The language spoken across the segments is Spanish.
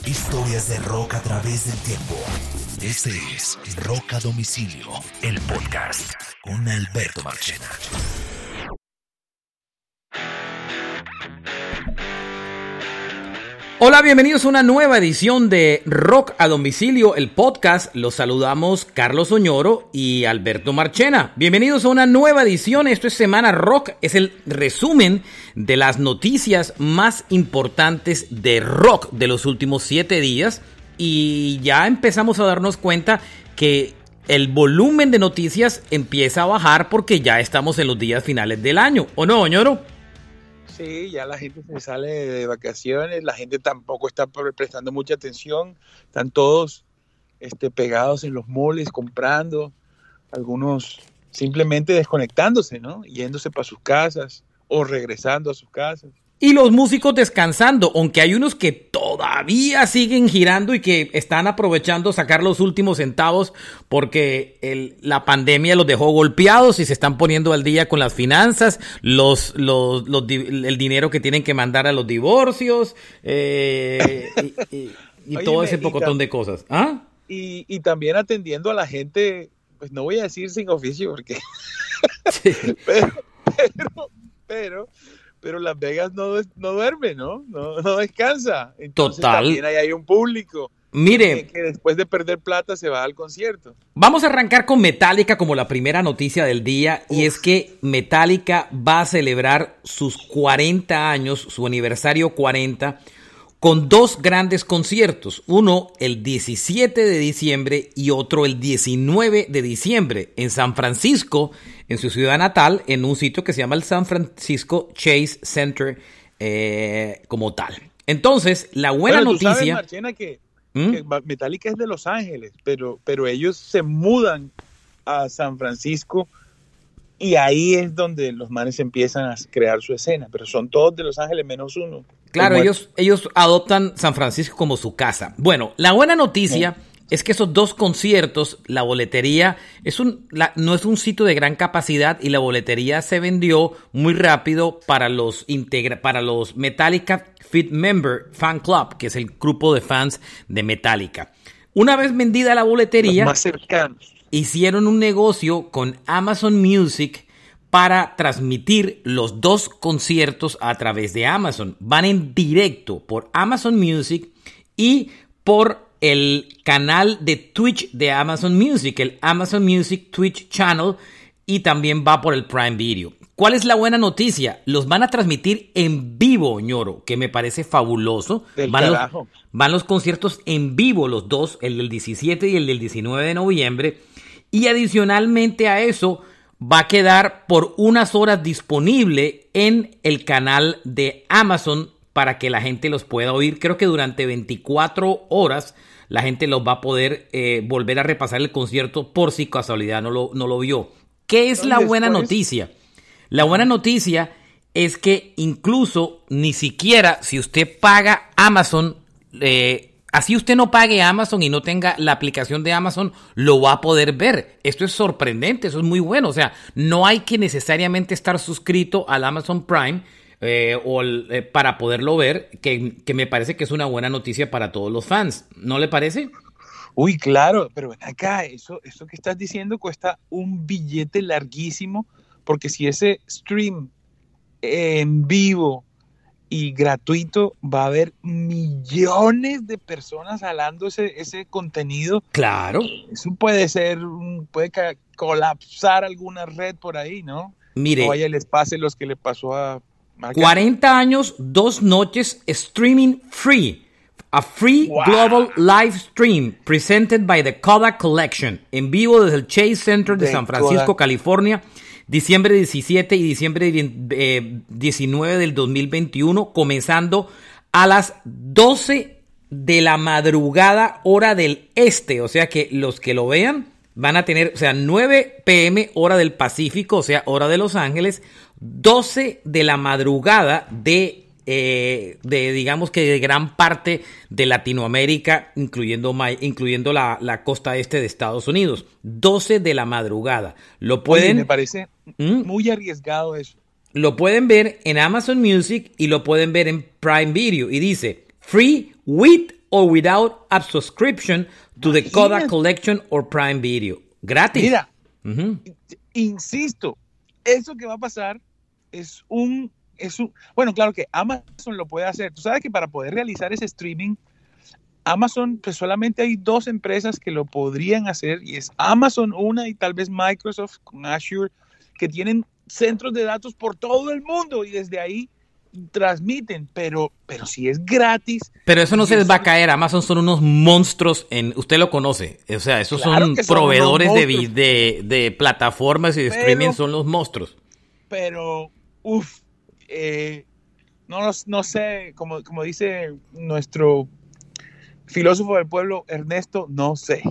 Historias de rock a través del tiempo. Este es Rock a Domicilio, el podcast con Alberto Marchena. Hola, bienvenidos a una nueva edición de Rock a Domicilio, el podcast. Los saludamos Carlos Oñoro y Alberto Marchena. Bienvenidos a una nueva edición. Esto es Semana Rock. Es el resumen de las noticias más importantes de rock de los últimos 7 días. Y ya empezamos a darnos cuenta que el volumen de noticias empieza a bajar porque ya estamos en los días finales del año. ¿O no, Oñoro? Sí, ya la gente se sale de vacaciones, la gente tampoco está prestando mucha atención, están todos pegados en los malls comprando, algunos simplemente desconectándose, ¿no? Yéndose para sus casas o regresando a sus casas. Y los músicos descansando, aunque hay unos que todavía siguen girando y que están aprovechando sacar los últimos centavos porque la pandemia los dejó golpeados y se están poniendo al día con las finanzas, el dinero que tienen que mandar a los divorcios y todo ese pocotón de cosas. ¿Ah? Y también atendiendo a la gente, pues no voy a decir sin oficio porque... Sí. Pero Las Vegas no duerme, ¿no? No descansa. Entonces, total. También hay un público. Mire, que después de perder plata se va al concierto. Vamos a arrancar con Metallica como la primera noticia del día. Y es que Metallica va a celebrar sus 40 años, su aniversario 40, con 2 grandes conciertos. Uno el 17 de diciembre y otro el 19 de diciembre en San Francisco, en su ciudad natal, en un sitio que se llama el San Francisco Chase Center como tal. Entonces, la buena noticia... Sabes, Marchena, que Metallica es de Los Ángeles, pero ellos se mudan a San Francisco y ahí es donde los manes empiezan a crear su escena, pero son todos de Los Ángeles menos uno. Claro, ellos adoptan San Francisco como su casa. Bueno, la buena noticia es que esos 2 conciertos, la boletería no es un sitio de gran capacidad y la boletería se vendió muy rápido para los Metallica Fit Member Fan Club, que es el grupo de fans de Metallica. Una vez vendida la boletería, los más cercanos, hicieron un negocio con Amazon Music para transmitir los 2 conciertos a través de Amazon. Van en directo por Amazon Music y por el canal de Twitch de Amazon Music, el Amazon Music Twitch Channel, y también va por el Prime Video. ¿Cuál es la buena noticia? Los van a transmitir en vivo, ñoro, que me parece fabuloso. Van los conciertos en vivo, los 2, el del 17 y el del 19 de noviembre. Y adicionalmente a eso, va a quedar por unas horas disponible en el canal de Amazon para que la gente los pueda oír. Creo que durante 24 horas la gente los va a poder volver a repasar el concierto por si casualidad no lo vio. ¿Qué es la buena noticia? La buena noticia es que incluso ni siquiera si usted paga Amazon, así usted no pague Amazon y no tenga la aplicación de Amazon, lo va a poder ver. Esto es sorprendente, eso es muy bueno. O sea, no hay que necesariamente estar suscrito al Amazon Prime para poderlo ver, que me parece que es una buena noticia para todos los fans. ¿No le parece? Uy, claro, pero ven acá, eso que estás diciendo cuesta un billete larguísimo, porque si ese stream en vivo y gratuito, va a haber millones de personas jalando ese contenido. Claro. Eso puede colapsar alguna red por ahí, ¿no? Mire, no vaya les pase los que le pasó a Mark 40 años, 2 noches, streaming free. A free global live stream presented by the Kodak Collection. En vivo desde el Chase Center de San Francisco, Kodak, California. Diciembre 17 y diciembre 19 del 2021, comenzando a las 12 de la madrugada, hora del este. O sea que los que lo vean van a tener, o sea, 9 p.m. hora del Pacífico, o sea, hora de Los Ángeles, 12 de la madrugada de digamos que de gran parte de Latinoamérica, incluyendo la costa este de Estados Unidos. 12 de la madrugada. Lo pueden... Oye, me parece muy arriesgado eso. Lo pueden ver en Amazon Music y lo pueden ver en Prime Video. Y dice, free with or without a subscription to the Kodak Collection or Prime Video. Gratis. Mira, insisto, eso que va a pasar es un... Bueno, claro que Amazon lo puede hacer. Tú sabes que para poder realizar ese streaming, Amazon, pues solamente hay 2 empresas que lo podrían hacer, y es Amazon una y tal vez Microsoft con Azure, que tienen centros de datos por todo el mundo y desde ahí transmiten, pero si es gratis. Pero eso no se les va a caer. Amazon son unos monstruos, usted lo conoce, o sea, esos claro son proveedores de plataformas y de streaming, son los monstruos. Pero, no sé, como dice nuestro filósofo del pueblo, Ernesto, no sé.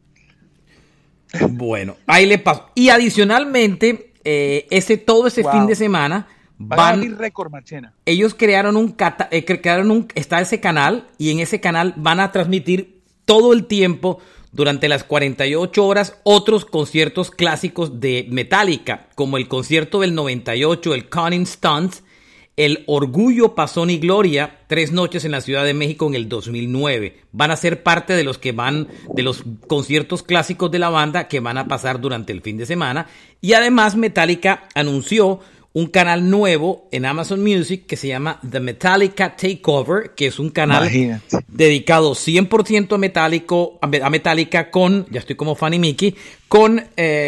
Bueno, ahí le paso. Y adicionalmente, todo ese fin de semana van a abrir récord, Marchena. Ellos está ese canal, y en ese canal van a transmitir todo el tiempo, durante las 48 horas, otros conciertos clásicos de Metallica, como el concierto del 98, el Counting Stunts, el Orgullo, Pasión y Gloria, 3 noches en la Ciudad de México en el 2009. Van a ser parte de los conciertos clásicos de la banda que van a pasar durante el fin de semana. Y además Metallica anunció un canal nuevo en Amazon Music que se llama The Metallica Takeover, que es un canal dedicado 100% a Metallica con, ya estoy como Fanny Mickey, con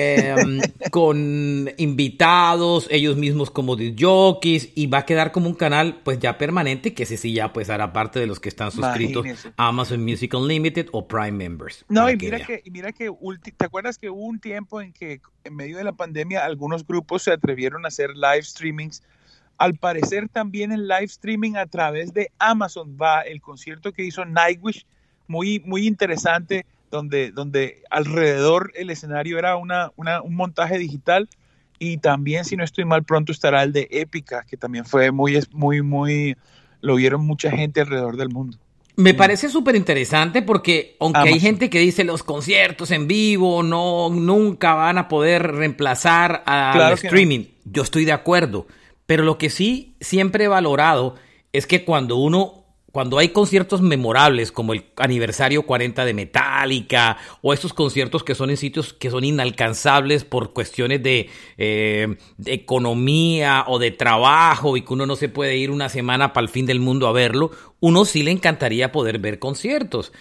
invitados, ellos mismos como disc jockeys, y va a quedar como un canal pues ya permanente, que ese sí ya pues hará parte de los que están suscritos a Amazon Music Unlimited o Prime Members. No, y mira que ¿te acuerdas que hubo un tiempo en que en medio de la pandemia algunos grupos se atrevieron a hacer live streamings? Al parecer también el live streaming a través de Amazon va el concierto que hizo Nightwish, muy interesante, donde alrededor el escenario era un montaje digital, y también, si no estoy mal, pronto estará el de Épica, que también fue muy, lo vieron mucha gente alrededor del mundo. Me parece súper interesante porque aunque hay gente que dice los conciertos en vivo nunca van a poder reemplazar al streaming, no. Yo estoy de acuerdo, pero lo que sí siempre he valorado es que cuando hay conciertos memorables como el aniversario 40 de Metallica, o estos conciertos que son en sitios que son inalcanzables por cuestiones de economía o de trabajo, y que uno no se puede ir una semana para el fin del mundo a verlo, uno sí le encantaría poder ver conciertos.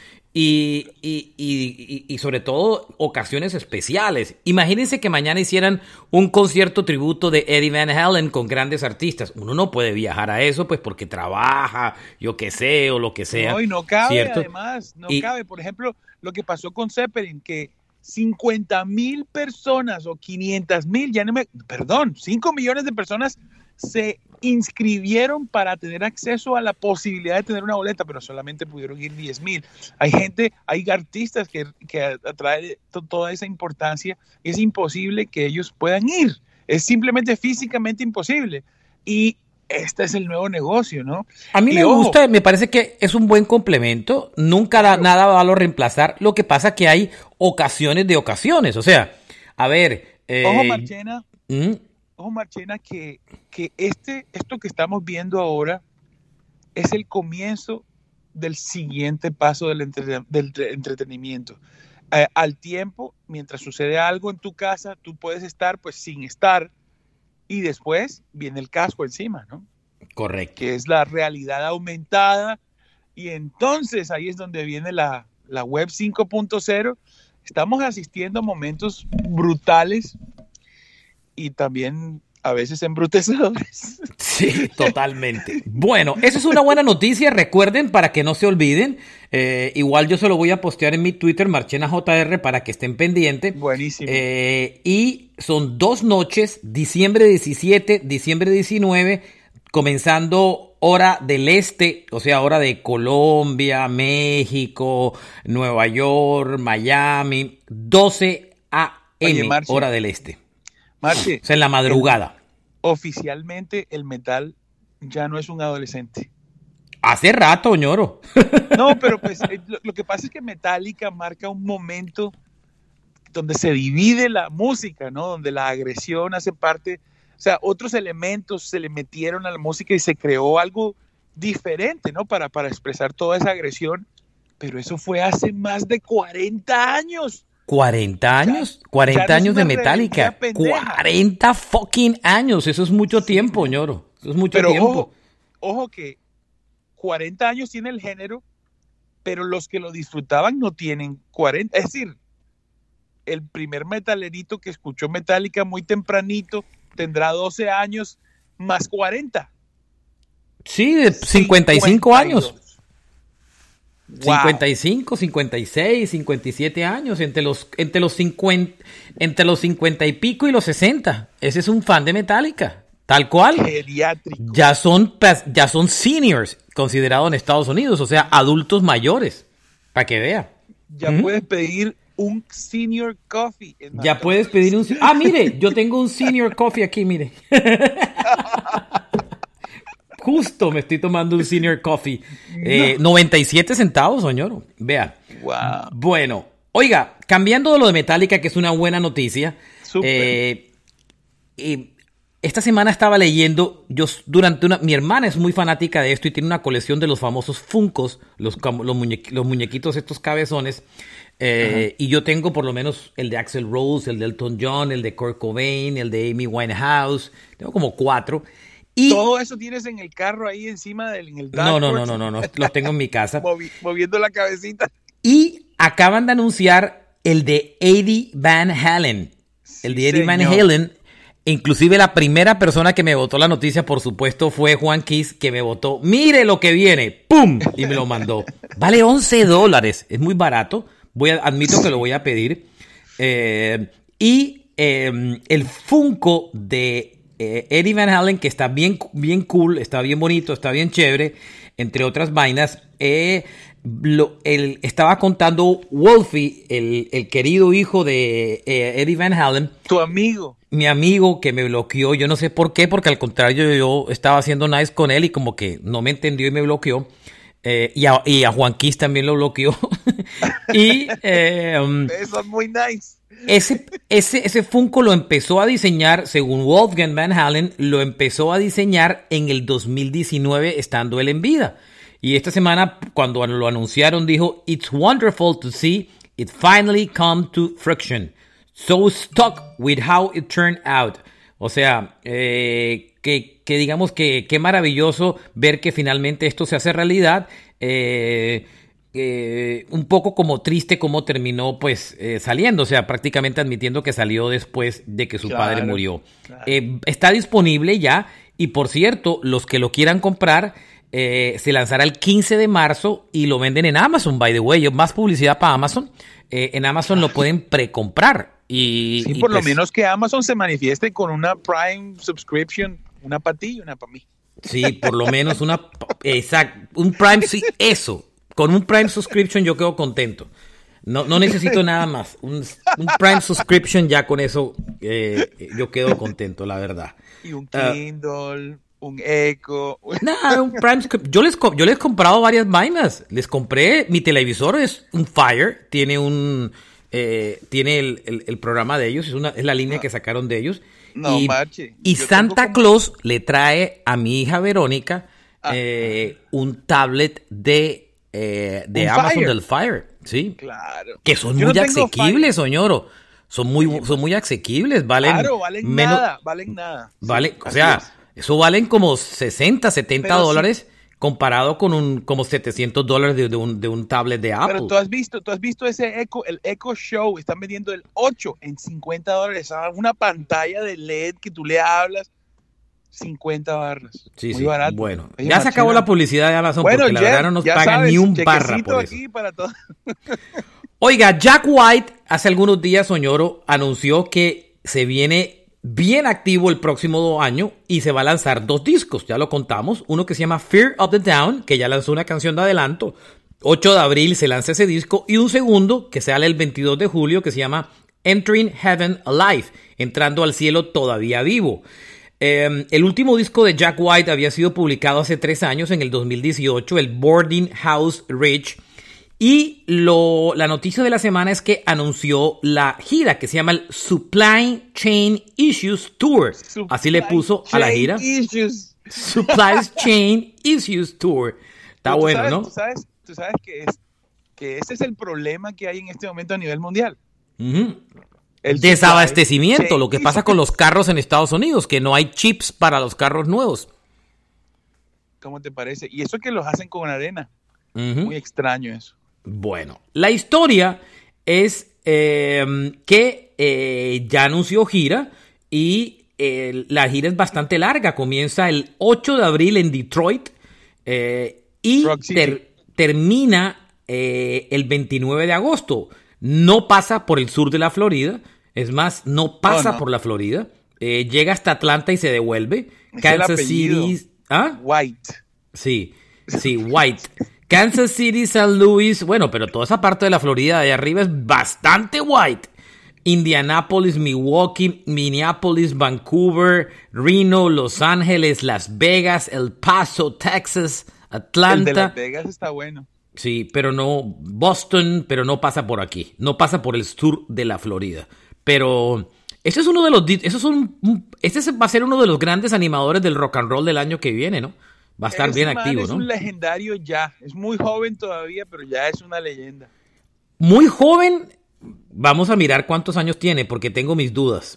Y sobre todo ocasiones especiales. Imagínense que mañana hicieran un concierto tributo de Eddie Van Halen con grandes artistas. Uno no puede viajar a eso pues porque trabaja, yo qué sé, o lo que sea. No, y no cabe, ¿cierto? Además, cabe. Por ejemplo, lo que pasó con Zeppelin, que 50,000 personas o 500,000, 5 millones de personas se inscribieron para tener acceso a la posibilidad de tener una boleta, pero solamente pudieron ir 10,000. Hay artistas que atrae toda esa importancia, y es imposible que ellos puedan ir. Es simplemente físicamente imposible. Y este es el nuevo negocio, ¿no? A mí me gusta, me parece que es un buen complemento. Nunca nada va a lo reemplazar. Lo que pasa que hay ocasiones de ocasiones. O sea, a ver... Ojo, Marchena, que esto que estamos viendo ahora es el comienzo del siguiente paso del entretenimiento. Al tiempo, mientras sucede algo en tu casa, tú puedes estar pues sin estar, y después viene el casco encima, ¿no? Correcto. Que es la realidad aumentada, y entonces ahí es donde viene la web 5.0. Estamos asistiendo a momentos brutales y también a veces embrutecedores. Sí, totalmente. Bueno, esa es una buena noticia. Recuerden, para que no se olviden, igual yo se lo voy a postear en mi Twitter, MarchenaJR, para que estén pendientes. Buenísimo. Y son 2 noches, diciembre 17, diciembre 19, comenzando hora del este, o sea, hora de Colombia, México, Nueva York, Miami, 12 a.m., hora del este. Marche, o sea, en la madrugada. Oficialmente el metal ya no es un adolescente. Hace rato, ñoro. No, pero pues lo que pasa es que Metallica marca un momento donde se divide la música, ¿no? Donde la agresión hace parte, o sea, otros elementos se le metieron a la música y se creó algo diferente, ¿no? Para expresar toda esa agresión. pero eso fue hace más de 40 años. 40 años, 40 años de Metallica, 40 fucking años, eso es mucho tiempo, ñoro, eso es mucho tiempo. Ojo que 40 años tiene el género, pero los que lo disfrutaban no tienen 40, es decir, el primer metalerito que escuchó Metallica muy tempranito tendrá 12 años más 40. Sí, de 55 años. Wow. 55, 56, 57 años, entre los 50 y pico y los 60. Ese es un fan de Metallica, tal cual. Geriátrico. Ya son seniors considerados en Estados Unidos, o sea, adultos mayores, para que vea. Ya puedes pedir un senior coffee. Ya puedes pedir un... Ah, mire, yo tengo un senior coffee aquí, mire. Justo me estoy tomando un senior coffee. 97 centavos, señor. Vea. Wow. Bueno, oiga, cambiando de lo de Metallica, que es una buena noticia. Esta semana estaba leyendo, mi hermana es muy fanática de esto y tiene una colección de los famosos Funkos, los muñequitos estos cabezones. Y yo tengo por lo menos el de Axl Rose, el de Elton John, el de Kurt Cobain, el de Amy Winehouse. Tengo como 4. Y todo eso tienes en el carro ahí encima en el dashboard. No, los tengo en mi casa. Moviendo la cabecita. Y acaban de anunciar el de Eddie Van Halen. El de Eddie Van Halen. Inclusive la primera persona que me votó la noticia, por supuesto, fue Juan Kiss, que me votó, mire lo que viene, ¡pum! Y me lo mandó. Vale $11, es muy barato. Admito que lo voy a pedir. El Funko de Eddie Van Halen, que está bien cool, está bien bonito, está bien chévere, entre otras vainas. Estaba contando Wolfie, el querido hijo de Eddie Van Halen. Tu amigo. Mi amigo que me bloqueó, yo no sé por qué, porque al contrario yo estaba haciendo nice con él y como que no me entendió y me bloqueó. Y a Juan Kiss también lo bloqueó. Y eso es muy nice. Ese Funko lo empezó a diseñar, según Wolfgang Van Halen, lo empezó a diseñar en el 2019 estando él en vida. Y esta semana, cuando lo anunciaron, dijo, "It's wonderful to see it finally come to fruition. So stuck with how it turned out." O sea, que digamos que qué maravilloso ver que finalmente esto se hace realidad. Un poco como triste cómo terminó pues saliendo, o sea, prácticamente admitiendo que salió después de que su padre murió. Claro. Está disponible ya y por cierto, los que lo quieran comprar se lanzará el 15 de marzo y lo venden en Amazon, by the way. Más publicidad para Amazon. En Amazon lo pueden precomprar. Sí, por lo menos que Amazon se manifieste con una Prime subscription, una para ti y una para mí. Sí, por lo menos un Prime, sí, eso. Con un Prime subscription yo quedo contento. No necesito nada más. Un Prime subscription ya con eso yo quedo contento, la verdad. Y un Kindle, un Echo. Nada, un Prime subscription. Yo les he comprado varias vainas. Les compré, mi televisor es un Fire, tiene el programa de ellos, es la línea que sacaron de ellos. No, y Santa Claus le trae a mi hija Verónica un tablet de Amazon Fire. del Fire, ¿sí? Claro. Que son muy asequibles, Soñoro. Son muy asequibles, valen. Claro, valen nada. Vale, Sí, o sea, eso valen como 60, 70 dólares. Sí. Comparado con como $700 de un tablet de Apple. Pero tú has visto ese Echo, el Echo Show, están vendiendo el 8 en $50. Una pantalla de LED que tú le hablas, 50 barras. Sí, muy barato. Bueno, ya se acabó la publicidad de Amazon porque la verdad no nos pagan ni un barra por eso. Aquí para todo. Oiga, Jack White hace algunos días, Soñoro, anunció que se viene bien activo el próximo año y se va a lanzar 2 discos, ya lo contamos. Uno que se llama Fear of the Down, que ya lanzó una canción de adelanto. 8 de abril se lanza ese disco. Y un segundo que sale el 22 de julio que se llama Entering Heaven Alive, entrando al cielo todavía vivo. El último disco de Jack White había sido publicado hace 3 años, en el 2018, el Boarding House Ridge. Y la noticia de la semana es que anunció la gira que se llama el Supply Chain Issues Tour. Así le puso a la gira. Supply Chain Issues Tour. Está bueno, ¿no? Tú sabes que que ese es el problema que hay en este momento a nivel mundial. Uh-huh. El desabastecimiento, supply. lo que pasa con los carros en Estados Unidos, que no hay chips para los carros nuevos. ¿Cómo te parece? Y eso que los hacen con arena. Uh-huh. Muy extraño eso. Bueno, la historia es que ya anunció gira y la gira es bastante larga. Comienza el 8 de abril en Detroit y termina el 29 de agosto. No pasa por el sur de la Florida. Es más, no pasa por la Florida. Llega hasta Atlanta y se devuelve. Kansas City. ¿Ah? White. Sí, White. Kansas City, San Luis. Bueno, pero toda esa parte de la Florida de arriba es bastante white. Indianapolis, Milwaukee, Minneapolis, Vancouver, Reno, Los Ángeles, Las Vegas, El Paso, Texas, Atlanta. El de Las Vegas está bueno. Sí, pero no Boston, pero no pasa por aquí. No pasa por el sur de la Florida. Pero este es uno de los este va a ser uno de los grandes animadores del rock and roll del año que viene, ¿no? Va a estar bien activo, ¿no? Es un legendario ya. Es muy joven todavía, pero ya es una leyenda. Muy joven. Vamos a mirar cuántos años tiene, porque tengo mis dudas.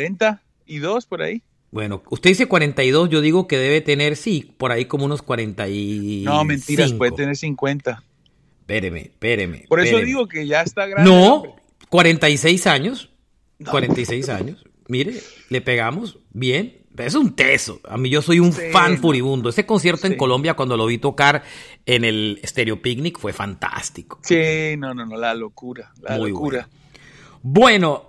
42 por ahí. Bueno, usted dice 42, yo digo que debe tener, sí, por ahí como unos 45. No, mentiras, puede tener 50. Espéreme. Por eso digo que ya está grande. No, 46 años. 46 años. Mire, le pegamos bien. Es un teso. A mí yo soy un fan furibundo. Ese concierto en Colombia, cuando lo vi tocar en el Stereo Picnic, fue fantástico. Sí, no, la locura. Muy locura. Bueno,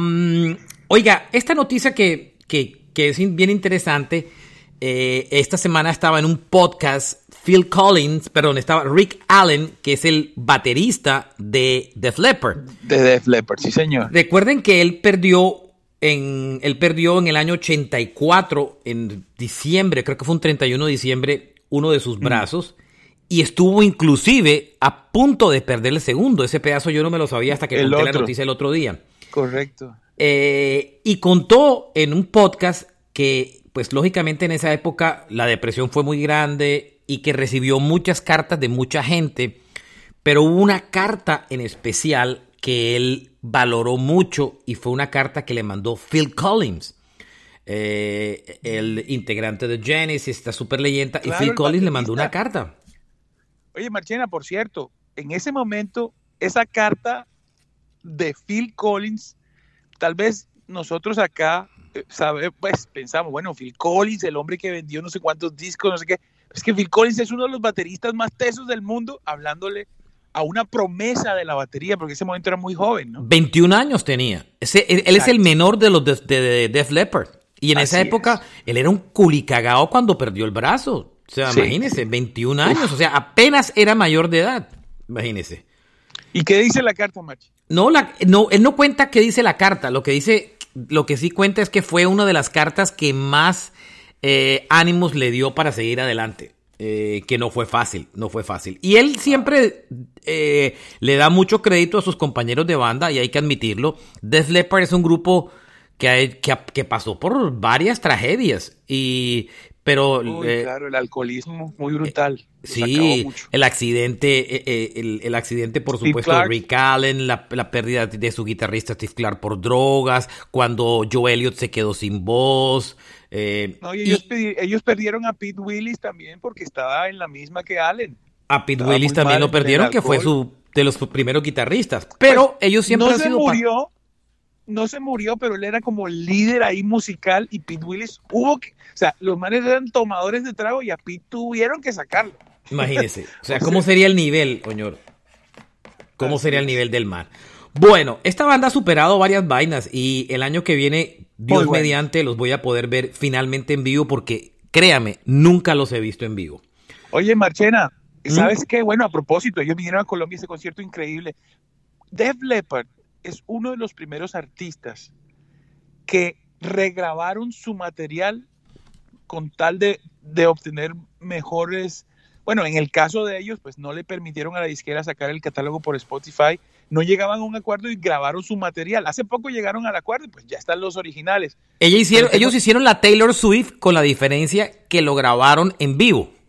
oiga, esta noticia que es bien interesante. Esta semana estaba en un podcast estaba Rick Allen, que es el baterista de Def Leppard. De Def Leppard, sí señor. Recuerden que él perdió en el año 84, en diciembre, creo que fue un 31 de diciembre, uno de sus brazos, y estuvo inclusive a punto de perder el segundo. Ese pedazo yo no me lo sabía hasta que conté la noticia el otro día. Correcto. Y contó en un podcast que, pues lógicamente en esa época la depresión fue muy grande y que recibió muchas cartas de mucha gente, pero hubo una carta en especial que él valoró mucho y fue una carta que le mandó Phil Collins, el integrante de Genesis, esta super leyenda, claro, y Phil Collins le mandó una carta. Oye, Marchena, por cierto, en ese momento, esa carta de Phil Collins, tal vez nosotros acá pues pensamos, bueno, Phil Collins, el hombre que vendió no sé cuántos discos, no sé qué. Es que Phil Collins es uno de los bateristas más tesos del mundo, hablándole a una promesa de la batería, porque en ese momento era muy joven, ¿no? 21 años tenía. Él es el menor de los de Def Leppard. Y en esa época, él era un culicagao cuando perdió el brazo. O sea, imagínese, 21 años. O sea, apenas era mayor de edad. Imagínese. ¿Y qué dice la carta, Machi? No, él no cuenta qué dice la carta. Lo que sí cuenta es que fue una de las cartas que más ánimos le dio para seguir adelante. Que no fue fácil. Y él siempre le da mucho crédito a sus compañeros de banda, y hay que admitirlo. Def Leppard es un grupo que pasó por varias tragedias. Pero claro, el alcoholismo muy brutal. Sí, el accidente, por supuesto, de Rick Allen, la pérdida de su guitarrista Steve Clark por drogas, cuando Joe Elliott se quedó sin voz. Ellos perdieron a Pete Willis también porque estaba en la misma que Allen. A Pete Willis también lo perdieron, que fue de los primeros guitarristas. Pero pues, ellos siempre han sido... No se murió, pero él era como el líder ahí musical, y Pete Willis los manes eran tomadores de trago y a Pete tuvieron que sacarlo. Imagínese, ¿cómo sería el nivel, señor? ¿Cómo sería el nivel del mar? Bueno, esta banda ha superado varias vainas y el año que viene, Dios mediante, los voy a poder ver finalmente en vivo, porque, créame, nunca los he visto en vivo. Oye, Marchena, ¿sabes qué? Bueno, a propósito, ellos vinieron a Colombia, ese concierto increíble. Def Leppard es uno de los primeros artistas que regrabaron su material con tal de obtener mejores... Bueno, en el caso de ellos, pues no le permitieron a la disquera sacar el catálogo por Spotify, no llegaban a un acuerdo y grabaron su material. Hace poco llegaron al acuerdo y pues ya están los originales. Ellos hicieron la Taylor Swift, con la diferencia que lo grabaron en vivo.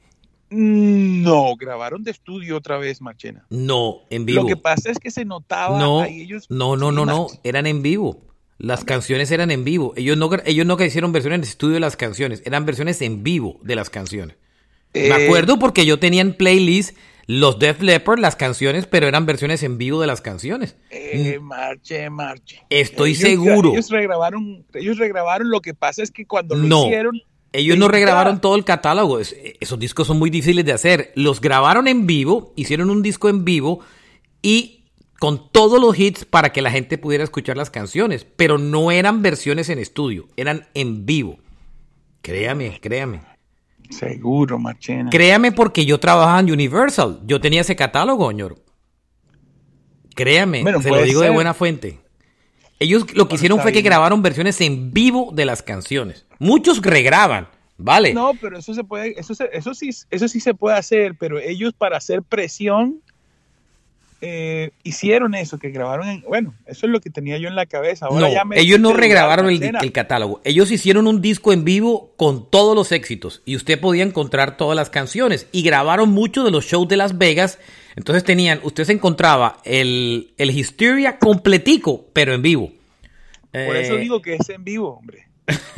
No, grabaron de estudio otra vez, Marchena. No, en vivo. Lo que pasa es que se notaba No, ahí ellos. no, eran en vivo. Las canciones eran en vivo. Ellos no hicieron versiones de estudio de las canciones, eran versiones en vivo de las canciones. Me acuerdo porque yo tenía en playlist los Def Leppard, las canciones, pero eran versiones en vivo de las canciones. Marche. Estoy seguro. Ellos regrabaron, lo que pasa es que cuando lo hicieron... Ellos no regrabaron todo el catálogo. Esos discos son muy difíciles de hacer. Los grabaron en vivo, hicieron un disco en vivo y con todos los hits para que la gente pudiera escuchar las canciones. Pero no eran versiones en estudio, eran en vivo. Créame. Seguro, Marchena. Créame porque yo trabajaba en Universal. Yo tenía ese catálogo, señor. Créame, bueno, se lo digo de buena fuente. Ellos lo que hicieron fue que grabaron versiones en vivo de las canciones. Muchos regraban, ¿vale? No, pero eso sí se puede hacer, pero ellos para hacer presión hicieron eso, que grabaron bueno, eso es lo que tenía yo en la cabeza. Ahora ellos no regrabaron el catálogo. Ellos hicieron un disco en vivo con todos los éxitos y usted podía encontrar todas las canciones y grabaron muchos de los shows de Las Vegas. Entonces usted se encontraba el Hysteria completico, pero en vivo. Por eso digo que es en vivo, hombre.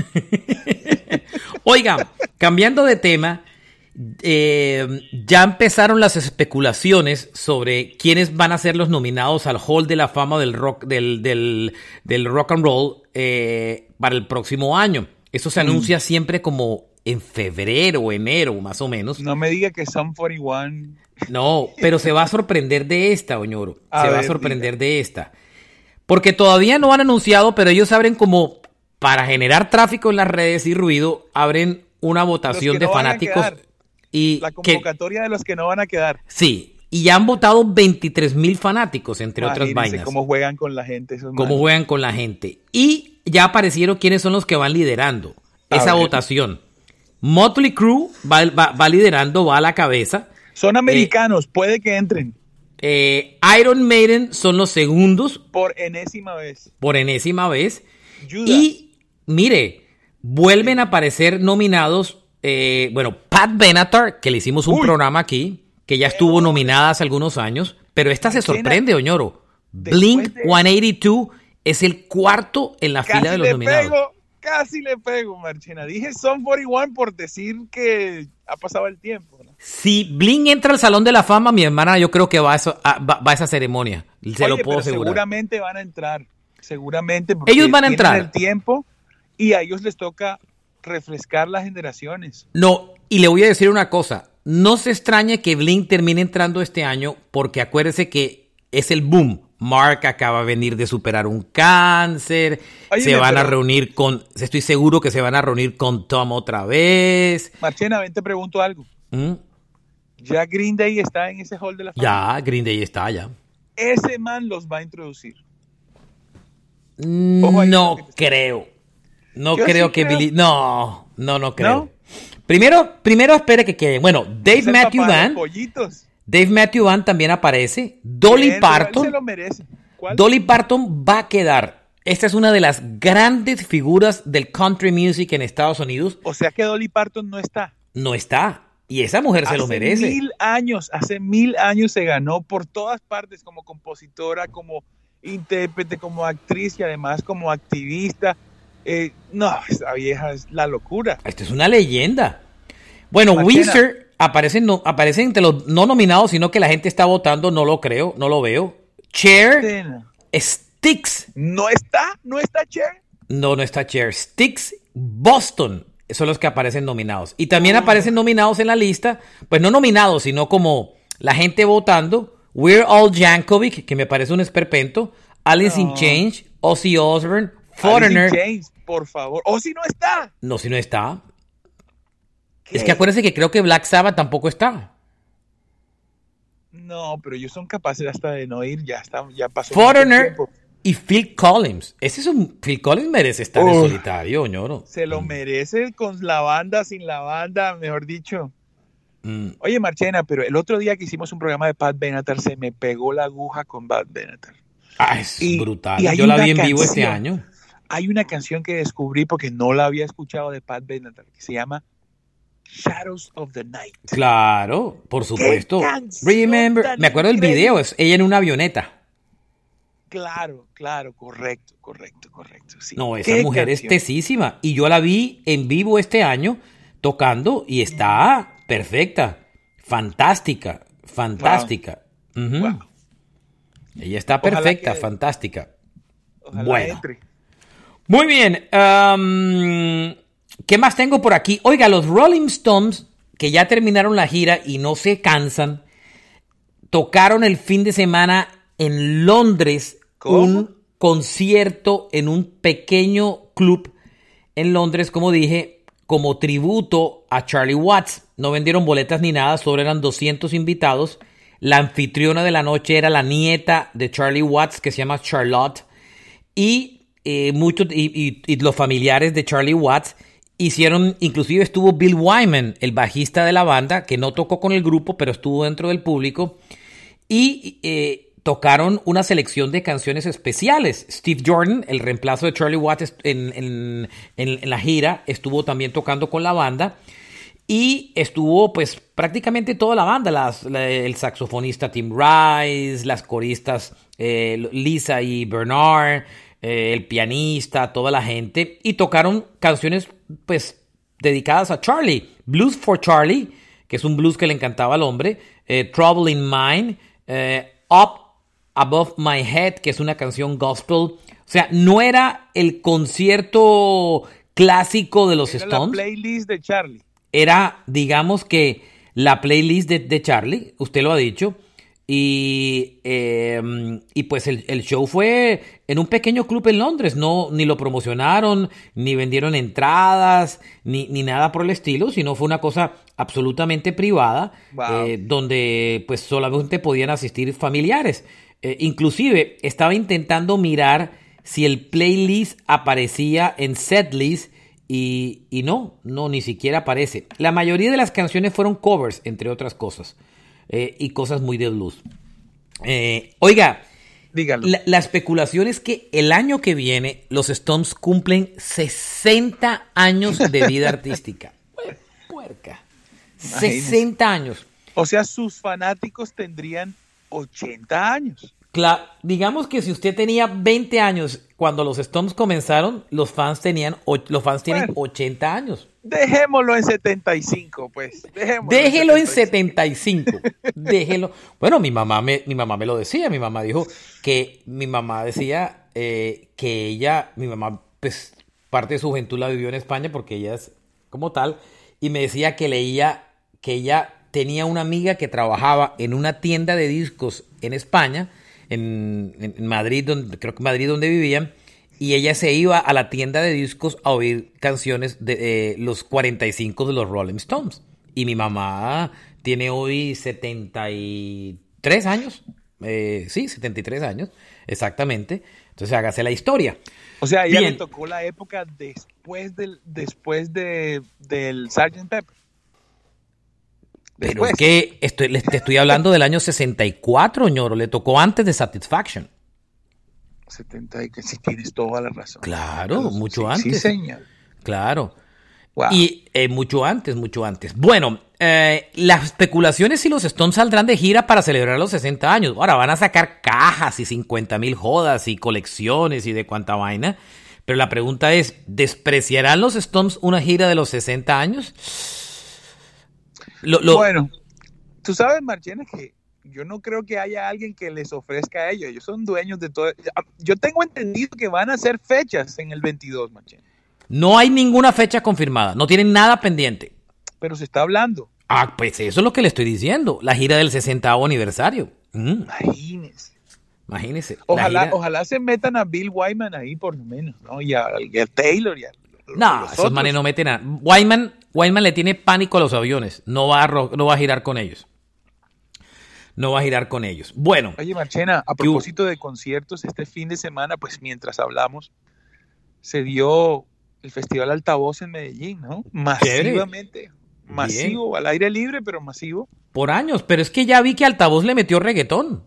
Oigan, cambiando de tema, ya empezaron las especulaciones sobre quiénes van a ser los nominados al Hall de la Fama del rock, del rock and roll para el próximo año. Eso se anuncia siempre como en febrero o enero, más o menos. No me diga que Sum 41. No, pero se va a sorprender de esta, Oñoro. Va a sorprender de esta. Porque todavía no han anunciado, pero ellos abren como, para generar tráfico en las redes y ruido, abren una votación de fanáticos. Y la convocatoria de los que no van a quedar. Sí, y ya han votado 23,000 fanáticos, entre otras vainas. Cómo juegan con la gente. Juegan con la gente. Y ya aparecieron quiénes son los que van liderando esa votación. Motley Crue va liderando, va a la cabeza. Son americanos, puede que entren. Iron Maiden son los segundos. Por enésima vez. Judas. Y, mire, vuelven a aparecer nominados, Pat Benatar, que le hicimos un programa aquí, que ya estuvo nominada hace algunos años, pero esta se sorprende, Oñoro. Blink-182 es el cuarto en la fila de los nominados. Casi le pego, Marchena. Dije Sum 41 por decir que ha pasado el tiempo, ¿no? Si Blink entra al Salón de la Fama, mi hermana, yo creo que va a esa ceremonia. Se lo puedo asegurar. Seguramente van a entrar. Seguramente. Porque ellos van a entrar. El tiempo y a ellos les toca refrescar las generaciones. No, y le voy a decir una cosa. No se extrañe que Blink termine entrando este año, porque acuérdese que es el boom. Mark acaba de venir de superar un cáncer. Estoy seguro que se van a reunir con Tom otra vez. Marchena, ven, te pregunto algo. ¿Ya Green Day está en ese Hall de la Fama? Ya, Green Day está ya. Ese man los va a introducir. No creo. No creo que Billy. No creo. ¿No? Primero espere que queden. Bueno, Dave Matthew Band también aparece. Dolly Parton. Se lo merece. Dolly Parton va a quedar. Esta es una de las grandes figuras del country music en Estados Unidos. O sea que Dolly Parton no está. No está. Y esa mujer se lo merece. Hace 1000 años se ganó por todas partes como compositora, como intérprete, como actriz y además como activista. Esa vieja es la locura. Esta es una leyenda. Bueno, Weezer aparecen entre los no nominados, sino que la gente está votando. No lo creo, no lo veo. Cher, Styx. ¿No está Cher? No está Cher. Styx, Boston son los que aparecen nominados. Y también aparecen nominados en la lista, pues no nominados, sino como la gente votando. We're All Yankovic, que me parece un esperpento. Alice in Chains, Ozzy Osbourne, Foreigner. Alice in Chains, por favor. ¿Ozzy no está? No, si no está. ¿Qué? Es que acuérdense que creo que Black Sabbath tampoco está. No, pero ellos son capaces hasta de no ir, ya pasó. Foreigner y Phil Collins. Phil Collins merece estar en solitario, ñoro. Se lo merece con la banda, sin la banda, mejor dicho. Oye, Marchena, pero el otro día que hicimos un programa de Pat Benatar, se me pegó la aguja con Pat Benatar. Es brutal. Yo la vi en vivo este año. Hay una canción que descubrí porque no la había escuchado de Pat Benatar, que se llama Shadows of the Night. Claro, por supuesto. Remember, me acuerdo del video, es ella en una avioneta. Claro, correcto. Sí. No, esa mujer es tesísima. Y yo la vi en vivo este año tocando y está perfecta. Fantástica. Wow. Ella está perfecta, fantástica. Bueno. Entre. Muy bien. ¿Qué más tengo por aquí? Oiga, los Rolling Stones, que ya terminaron la gira y no se cansan, tocaron el fin de semana en Londres. ¿Cómo? Un concierto en un pequeño club en Londres, como dije, como tributo a Charlie Watts. No vendieron boletas ni nada, solo eran 200 invitados. La anfitriona de la noche era la nieta de Charlie Watts, que se llama Charlotte, y los familiares de Charlie Watts hicieron, inclusive estuvo Bill Wyman, el bajista de la banda, que no tocó con el grupo, pero estuvo dentro del público, y tocaron una selección de canciones especiales. Steve Jordan, el reemplazo de Charlie Watts en la gira, estuvo también tocando con la banda. Y estuvo pues prácticamente toda la banda, el saxofonista Tim Rice, las coristas Lisa y Bernard, el pianista, toda la gente. Y tocaron canciones pues dedicadas a Charlie. Blues for Charlie, que es un blues que le encantaba al hombre. Trouble in Mind, Up Above My Head, que es una canción gospel. O sea, no era el concierto clásico de los Stones. La playlist de Charlie. Era, digamos que, la playlist de Charlie, usted lo ha dicho, y pues el show fue en un pequeño club en Londres, ni lo promocionaron, ni vendieron entradas, ni nada por el estilo, sino fue una cosa absolutamente privada, wow. Donde pues solamente podían asistir familiares. Inclusive estaba intentando mirar si el playlist aparecía en setlist, y no, ni siquiera aparece. La mayoría de las canciones fueron covers, entre otras cosas, y cosas muy de blues. Oiga, dígalo. La especulación es que el año que viene los Stones cumplen 60 años de vida artística. Puerca. 60 años. O sea, sus fanáticos tendrían 80 años. Digamos que si usted tenía 20 años cuando los Stones comenzaron, los fans tienen 80 años. Dejémoslo en 75, pues. Déjelo en 75. Déjelo. Bueno, mi mamá me lo decía. Mi mamá dijo que mi mamá, pues, parte de su juventud la vivió en España porque ella es como tal, y me decía que ella tenía una amiga que trabajaba en una tienda de discos en España, en Madrid, donde vivían, y ella se iba a la tienda de discos a oír canciones de los 45 de los Rolling Stones. Y mi mamá tiene hoy 73 años. Sí, 73 años, exactamente. Entonces hágase la historia. O sea, a ella le tocó la época después del Sgt. Pepper. Pero es que te estoy hablando del año 64, ñoro. Le tocó antes de Satisfaction. 70, que sí tienes toda la razón. Claro, mucho antes. Sí, señor. Claro. Wow. Y mucho antes. Bueno, las especulaciones si los Stones saldrán de gira para celebrar los 60 años. Ahora van a sacar cajas y 50,000 jodas y colecciones y de cuánta vaina. Pero la pregunta es, ¿despreciarán los Stones una gira de los 60 años? Bueno, tú sabes, Marchena, que yo no creo que haya alguien que les ofrezca a ellos. Ellos son dueños de todo. Yo tengo entendido que van a hacer fechas en el 22, Marchena. No hay ninguna fecha confirmada. No tienen nada pendiente. Pero se está hablando. Pues eso es lo que le estoy diciendo. La gira del 60º aniversario. Imagínese. Ojalá se metan a Bill Wyman ahí por lo menos, ¿no? Y a Taylor y a... No, esos manes no meten nada. Wyman le tiene pánico a los aviones. No va a girar con ellos. Bueno. Oye, Marchena, a propósito de conciertos, este fin de semana, pues mientras hablamos, se dio el Festival Altavoz en Medellín, ¿no? Masivamente. Bien. Masivo, al aire libre, pero masivo. Por años, pero es que ya vi que Altavoz le metió reggaetón.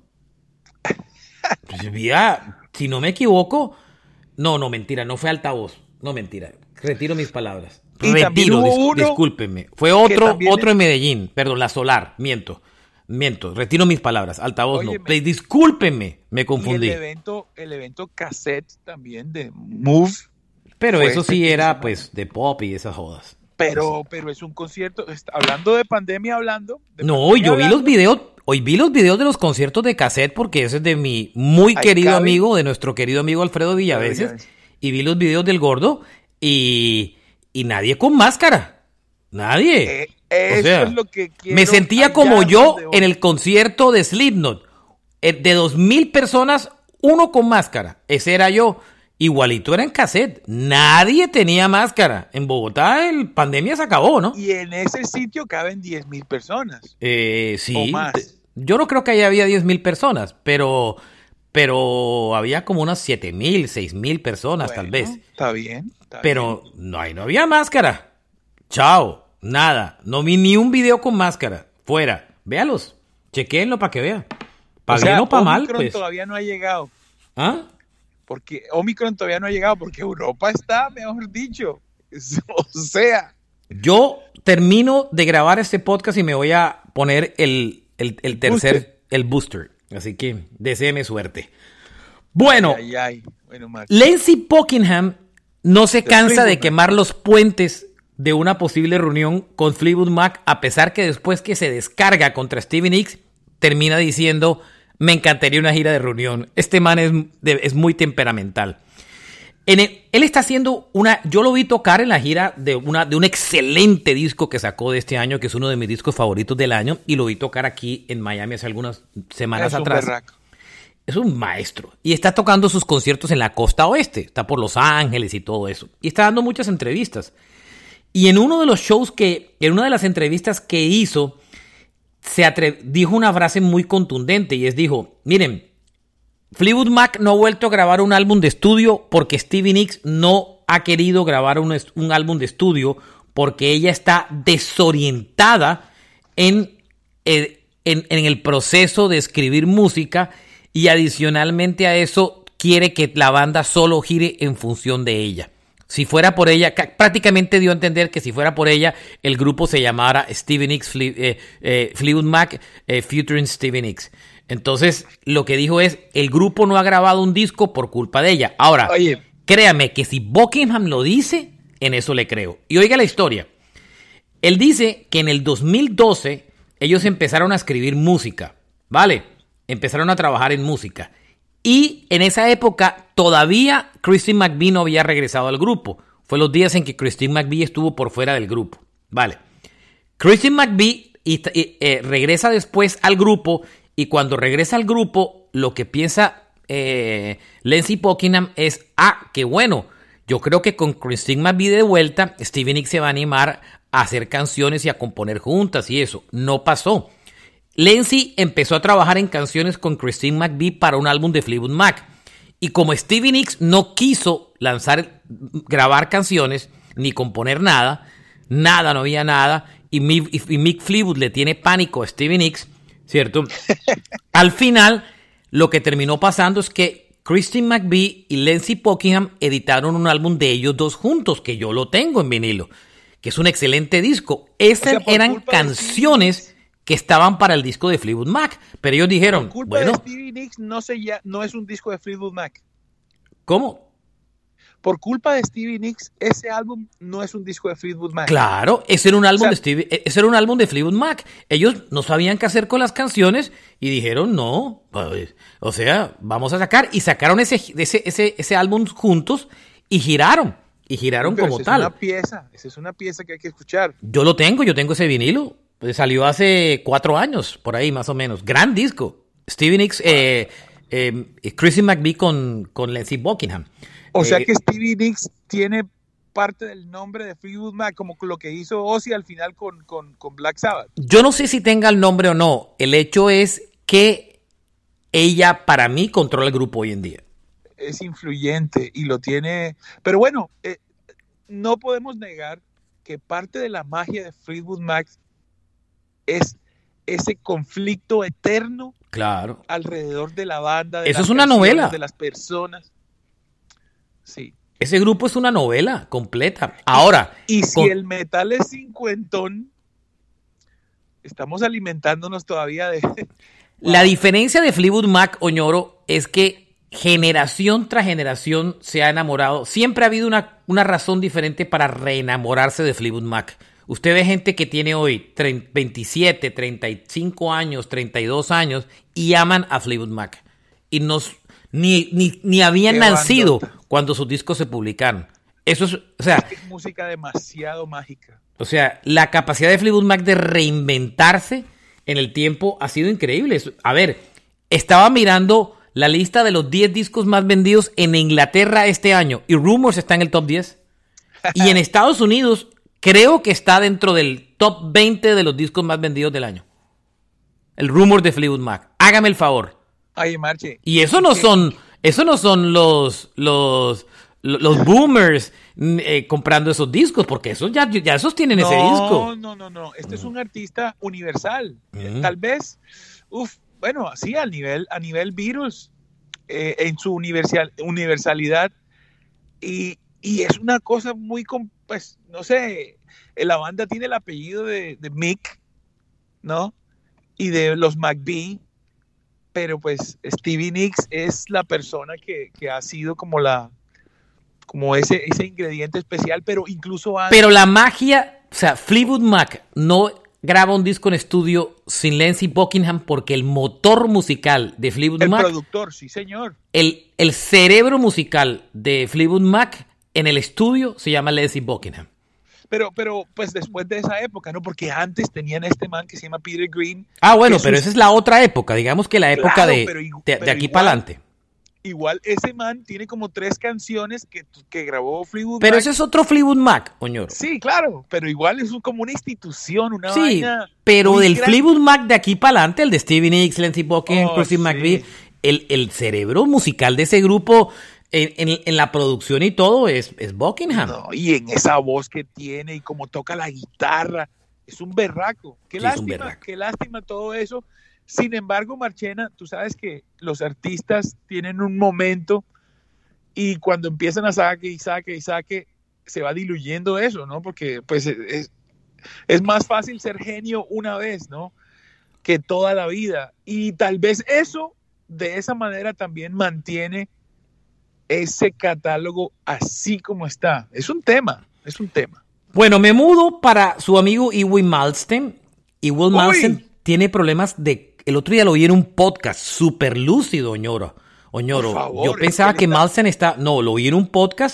Si no me equivoco. No, mentira, no fue Altavoz. No, mentira. Retiro mis palabras. Y también Retiro, hubo uno discúlpeme. Fue otro también en Medellín. Perdón, La Solar. Miento. Retiro mis palabras. Altavoz no. Óyeme, Discúlpeme, me y confundí. el evento cassette también de Move Pero fue eso este sí fin de era semana. pues de pop y esas jodas. Pero es un concierto, hablando de pandemia, No, yo vi los videos, hoy vi los videos de los conciertos de cassette porque ese es de mi muy Ahí querido cabe. amigo, de nuestro querido amigo Alfredo Villaveses, Villaveses. y vi los videos del gordo y nadie con máscara, nadie. Eso O sea, es lo que quiero. me sentía allá como yo donde voy. en el concierto de Slipknot, de 2,000 personas, uno con máscara, ese era yo. Igualito era en cassette, nadie tenía máscara. En Bogotá el pandemia se acabó, ¿no? Y en ese sitio caben 10,000 personas. Sí. O más. Yo no creo que ahí había 10,000 personas, pero había como unas 7,000, 6,000 personas tal vez. Está bien. Pero ahí no había máscara. Chao, nada. No vi ni un video con máscara. Fuera. Véalos. Chequéenlo para que vean. Para bien o para mal, Omicron pues. todavía no ha llegado. ¿Ah? Porque Omicron todavía no ha llegado porque Europa está, mejor dicho. O sea. Yo termino de grabar este podcast y me voy a poner el tercer, el booster. Así que deséeme suerte. Bueno, Bueno, Max. Lindsey Buckingham no se cansa Fleetwood de Mac. quemar los puentes de una posible reunión con Fleetwood Mac, a pesar que después que se descarga contra Stevie Nicks, termina diciendo, me encantaría una gira de reunión. Este man es muy temperamental. Él está haciendo yo lo vi tocar en la gira de un excelente disco que sacó de este año, que es uno de mis discos favoritos del año, y lo vi tocar aquí en Miami hace algunas semanas atrás. Berraco. Es un maestro. Y está tocando sus conciertos en la costa oeste. Está por Los Ángeles y todo eso. Y está dando muchas entrevistas. Y en uno de los shows en una de las entrevistas que hizo, dijo una frase muy contundente y dijo, miren, Fleetwood Mac no ha vuelto a grabar un álbum de estudio porque Stevie Nicks no ha querido grabar un álbum de estudio porque ella está desorientada en el proceso de escribir música y adicionalmente a eso quiere que la banda solo gire en función de ella. Si fuera por ella, prácticamente dio a entender que si fuera por ella, el grupo se llamara Stevie Nicks, Fleetwood Mac, featuring Stevie Nicks. Entonces, lo que dijo es, el grupo no ha grabado un disco por culpa de ella. Ahora, Oye, créame que si Buckingham lo dice, en eso le creo. Y oiga la historia. Él dice que en el 2012 ellos empezaron a escribir música, ¿vale? Empezaron a trabajar en música. Y en esa época todavía Christine McVie no había regresado al grupo. Fue los días en que Christine McVie estuvo por fuera del grupo. Vale. Christine McVie regresa después al grupo y cuando regresa al grupo lo que piensa Lindsey Buckingham es, qué bueno, yo creo que con Christine McVie de vuelta Stevie Nicks se va a animar a hacer canciones y a componer juntas y eso. No pasó. Lindsey empezó a trabajar en canciones con Christine McVie para un álbum de Fleetwood Mac. Y como Stevie Nicks no quiso grabar canciones, ni componer nada, no había nada, y Mick Fleetwood le tiene pánico a Stevie Nicks, ¿cierto? Al final, lo que terminó pasando es que Christine McVie y Lindsey Buckingham editaron un álbum de ellos dos juntos, que yo lo tengo en vinilo, que es un excelente disco. Esas eran canciones que estaban para el disco de Fleetwood Mac, pero ellos dijeron, por culpa de Stevie Nicks no es un disco de Fleetwood Mac. ¿Cómo? Por culpa de Stevie Nicks, ese álbum no es un disco de Fleetwood Mac. Claro, ese era un álbum ese era un álbum de Fleetwood Mac. Ellos no sabían qué hacer con las canciones y dijeron, no, pues, o sea, vamos a sacar. Y sacaron ese álbum juntos y giraron como tal. Esa es una pieza que hay que escuchar. Yo tengo ese vinilo. Salió hace 4 años, por ahí más o menos. Gran disco. Stevie Nicks, Chrissy McVie con Lindsey Buckingham. O sea que Stevie Nicks tiene parte del nombre de Fleetwood Mac, como lo que hizo Ozzy al final con Black Sabbath. Yo no sé si tenga el nombre o no. El hecho es que ella, para mí, controla el grupo hoy en día. Es influyente y lo tiene. Pero bueno, no podemos negar que parte de la magia de Fleetwood Mac es ese conflicto eterno, claro, alrededor de la banda. Eso es una novela. De las personas. Sí. Ese grupo es una novela completa. Ahora. Y si el metal es cincuentón, estamos alimentándonos todavía de... La diferencia de Fleetwood Mac, Oñoro, es que generación tras generación se ha enamorado. Siempre ha habido una razón diferente para reenamorarse de Fleetwood Mac. Usted ve gente que tiene hoy 27, 35 años, 32 años y aman a Fleetwood Mac. Y ni habían nacido cuando sus discos se publicaron. Eso es, o sea, es música demasiado mágica. O sea, la capacidad de Fleetwood Mac de reinventarse en el tiempo ha sido increíble. A ver, estaba mirando la lista de los 10 discos más vendidos en Inglaterra este año y Rumours está en el top 10. Y en Estados Unidos creo que está dentro del top 20 de los discos más vendidos del año. El Rumours de Fleetwood Mac. Hágame el favor. Ay, Marche. Y eso no son los boomers comprando esos discos, porque esos ya esos tienen ese disco. No. Este es un artista universal. Tal vez, bueno, así a nivel Beatles, en su universalidad. Y es una cosa muy, pues, no sé, la banda tiene el apellido de Mick, ¿no? Y de los McVie. Pero pues Stevie Nicks es la persona que ha sido como ese ingrediente especial, pero incluso antes... Pero la magia, o sea, Fleetwood Mac no graba un disco en estudio sin Lindsey Buckingham porque el motor musical de Fleetwood Mac... El productor, sí señor. El cerebro musical de Fleetwood Mac en el estudio se llama Lindsey Buckingham. Pero pues después de esa época, ¿no? Porque antes tenían este man que se llama Peter Green. Ah, bueno, pero esa es la otra época, digamos que la época de aquí para adelante. Igual ese man tiene como 3 canciones que grabó Fleetwood Mac. Pero ese es otro Fleetwood Mac, Oñoro. Sí, claro, pero igual es como una institución, una sí, vaina. Pero del Fleetwood Mac de aquí para adelante, el de Stevie Nicks, Lindsey Buckingham, Christine McVie, el cerebro musical de ese grupo... En la producción y todo es Buckingham. No, y en esa voz que tiene y como toca la guitarra, es un berraco. Qué lástima todo eso. Sin embargo, Marchena, tú sabes que los artistas tienen un momento y cuando empiezan a saque, se va diluyendo eso, ¿no? Porque pues es más fácil ser genio una vez, ¿no? Que toda la vida. Y tal vez eso, de esa manera también mantiene ese catálogo así como está. Es un tema. Bueno, me mudo para su amigo Ewy Malmsteen. Ewy Malmsteen tiene problemas el otro día lo oí en un podcast súper lúcido, Oñoro. Por favor, yo pensaba que Malmsteen lo oí en un podcast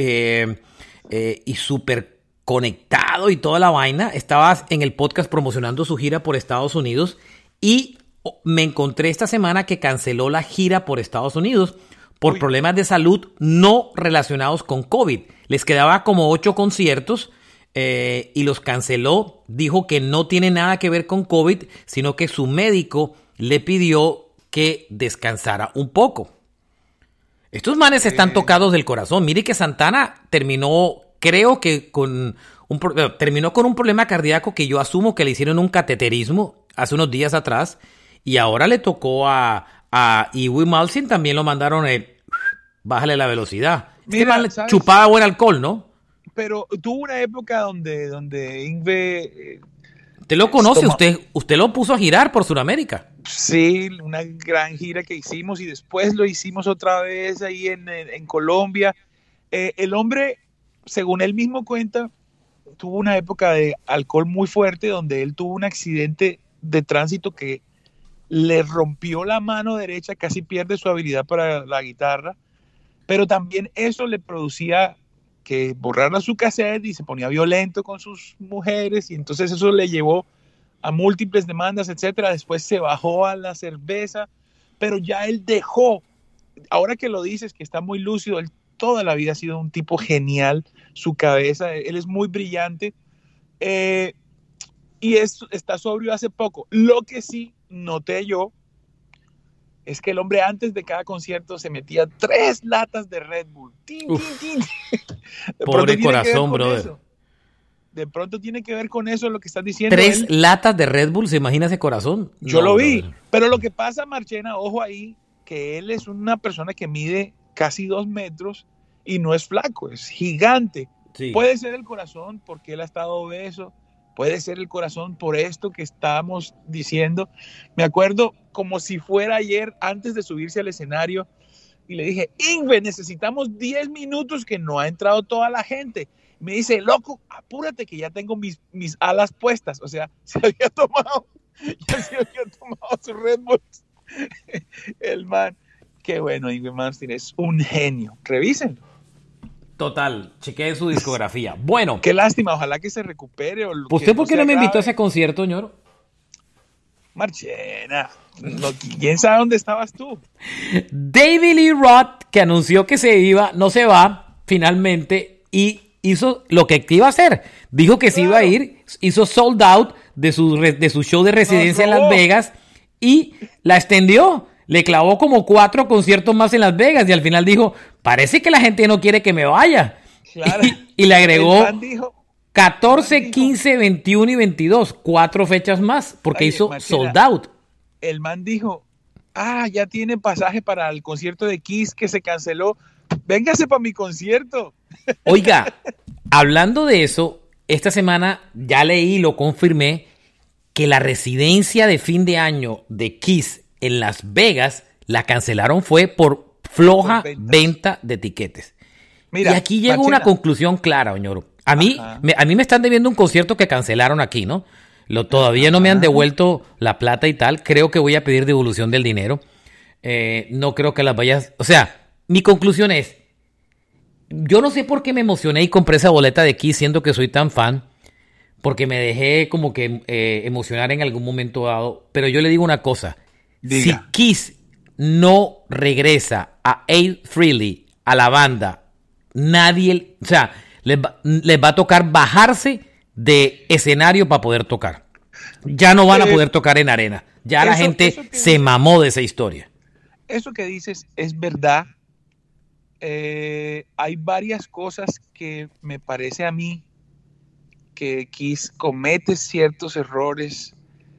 y súper conectado y toda la vaina. Estaba en el podcast promocionando su gira por Estados Unidos y me encontré esta semana que canceló la gira por Estados Unidos por problemas de salud no relacionados con COVID. Les quedaba como 8 conciertos y los canceló. Dijo que no tiene nada que ver con COVID, sino que su médico le pidió que descansara un poco. Estos manes están tocados del corazón. Mire que Santana terminó, creo que terminó con un problema cardíaco que yo asumo que le hicieron un cateterismo hace unos días atrás y ahora le tocó a Ewy Malmsteen, también lo mandaron bájale la velocidad. Mira, chupaba buen alcohol, ¿no? Pero tuvo una época donde Yngwie... Usted lo conoce, usted lo puso a girar por Sudamérica. Sí, una gran gira que hicimos y después lo hicimos otra vez ahí en Colombia. El hombre, según él mismo cuenta, tuvo una época de alcohol muy fuerte donde él tuvo un accidente de tránsito que le rompió la mano derecha, casi pierde su habilidad para la guitarra, pero también eso le producía que borrara su cassette y se ponía violento con sus mujeres y entonces eso le llevó a múltiples demandas, etcétera. Después se bajó a la cerveza, pero ya él dejó, ahora que lo dices, que está muy lúcido, él toda la vida ha sido un tipo genial, su cabeza, él es muy brillante y está sobrio hace poco. Lo que sí noté yo es que el hombre antes de cada concierto se metía 3 latas de Red Bull. ¡Tin, tin, tin! Pobre corazón, brother. Eso. De pronto tiene que ver con eso lo que estás diciendo. 3 latas de Red Bull, ¿se imagina ese corazón? Yo lo vi. Pero lo que pasa, Marchena, ojo ahí, que él es una persona que mide casi 2 metros y no es flaco, es gigante. Sí. Puede ser el corazón porque él ha estado obeso, puede ser el corazón por esto que estábamos diciendo. Me acuerdo como si fuera ayer, antes de subirse al escenario, y le dije, Yngwie, necesitamos 10 minutos que no ha entrado toda la gente. Me dice, loco, apúrate que ya tengo mis alas puestas. O sea, se había tomado su Red Bull. El man, qué bueno, Yngwie Malmsteen es un genio. Revísenlo. Total, chequeé su discografía. Bueno. Qué lástima, ojalá que se recupere. ¿Usted por qué no me invitó a ese concierto, ñoro? Marchena, ¿quién sabe dónde estabas tú? David Lee Roth, que anunció que se iba, no se va, finalmente, y hizo lo que iba a hacer. Dijo que se iba a ir, hizo sold out de su show de residencia en Las Vegas y la extendió. Le clavó como 4 conciertos más en Las Vegas y al final dijo, parece que la gente no quiere que me vaya. Claro. Y le agregó 14, 15, 21 y 22, 4 fechas más, porque hizo Martina, sold out. El man dijo, ya tiene pasaje para el concierto de Kiss que se canceló. Véngase para mi concierto. Oiga, hablando de eso, esta semana ya leí y lo confirmé que la residencia de fin de año de Kiss en Las Vegas la cancelaron fue por floja venta de tiquetes. Mira, y aquí llega una conclusión clara, Oñoro. A mí me están debiendo un concierto que cancelaron aquí, ¿no? Todavía no me han devuelto la plata y tal. Creo que voy a pedir devolución del dinero. No creo que las vayas... O sea, mi conclusión es... Yo no sé por qué me emocioné y compré esa boleta de Kiss siendo que soy tan fan. Porque me dejé como que emocionar en algún momento dado. Pero yo le digo una cosa. Diga. Si Kiss no regresa a Ace Frehley, a la banda, nadie... O sea, les va a tocar bajarse de escenario para poder tocar. Ya no van a poder tocar en arena. Ya la gente se mamó de esa historia. Eso que dices es verdad. Hay varias cosas que me parece a mí que Kiss comete ciertos errores.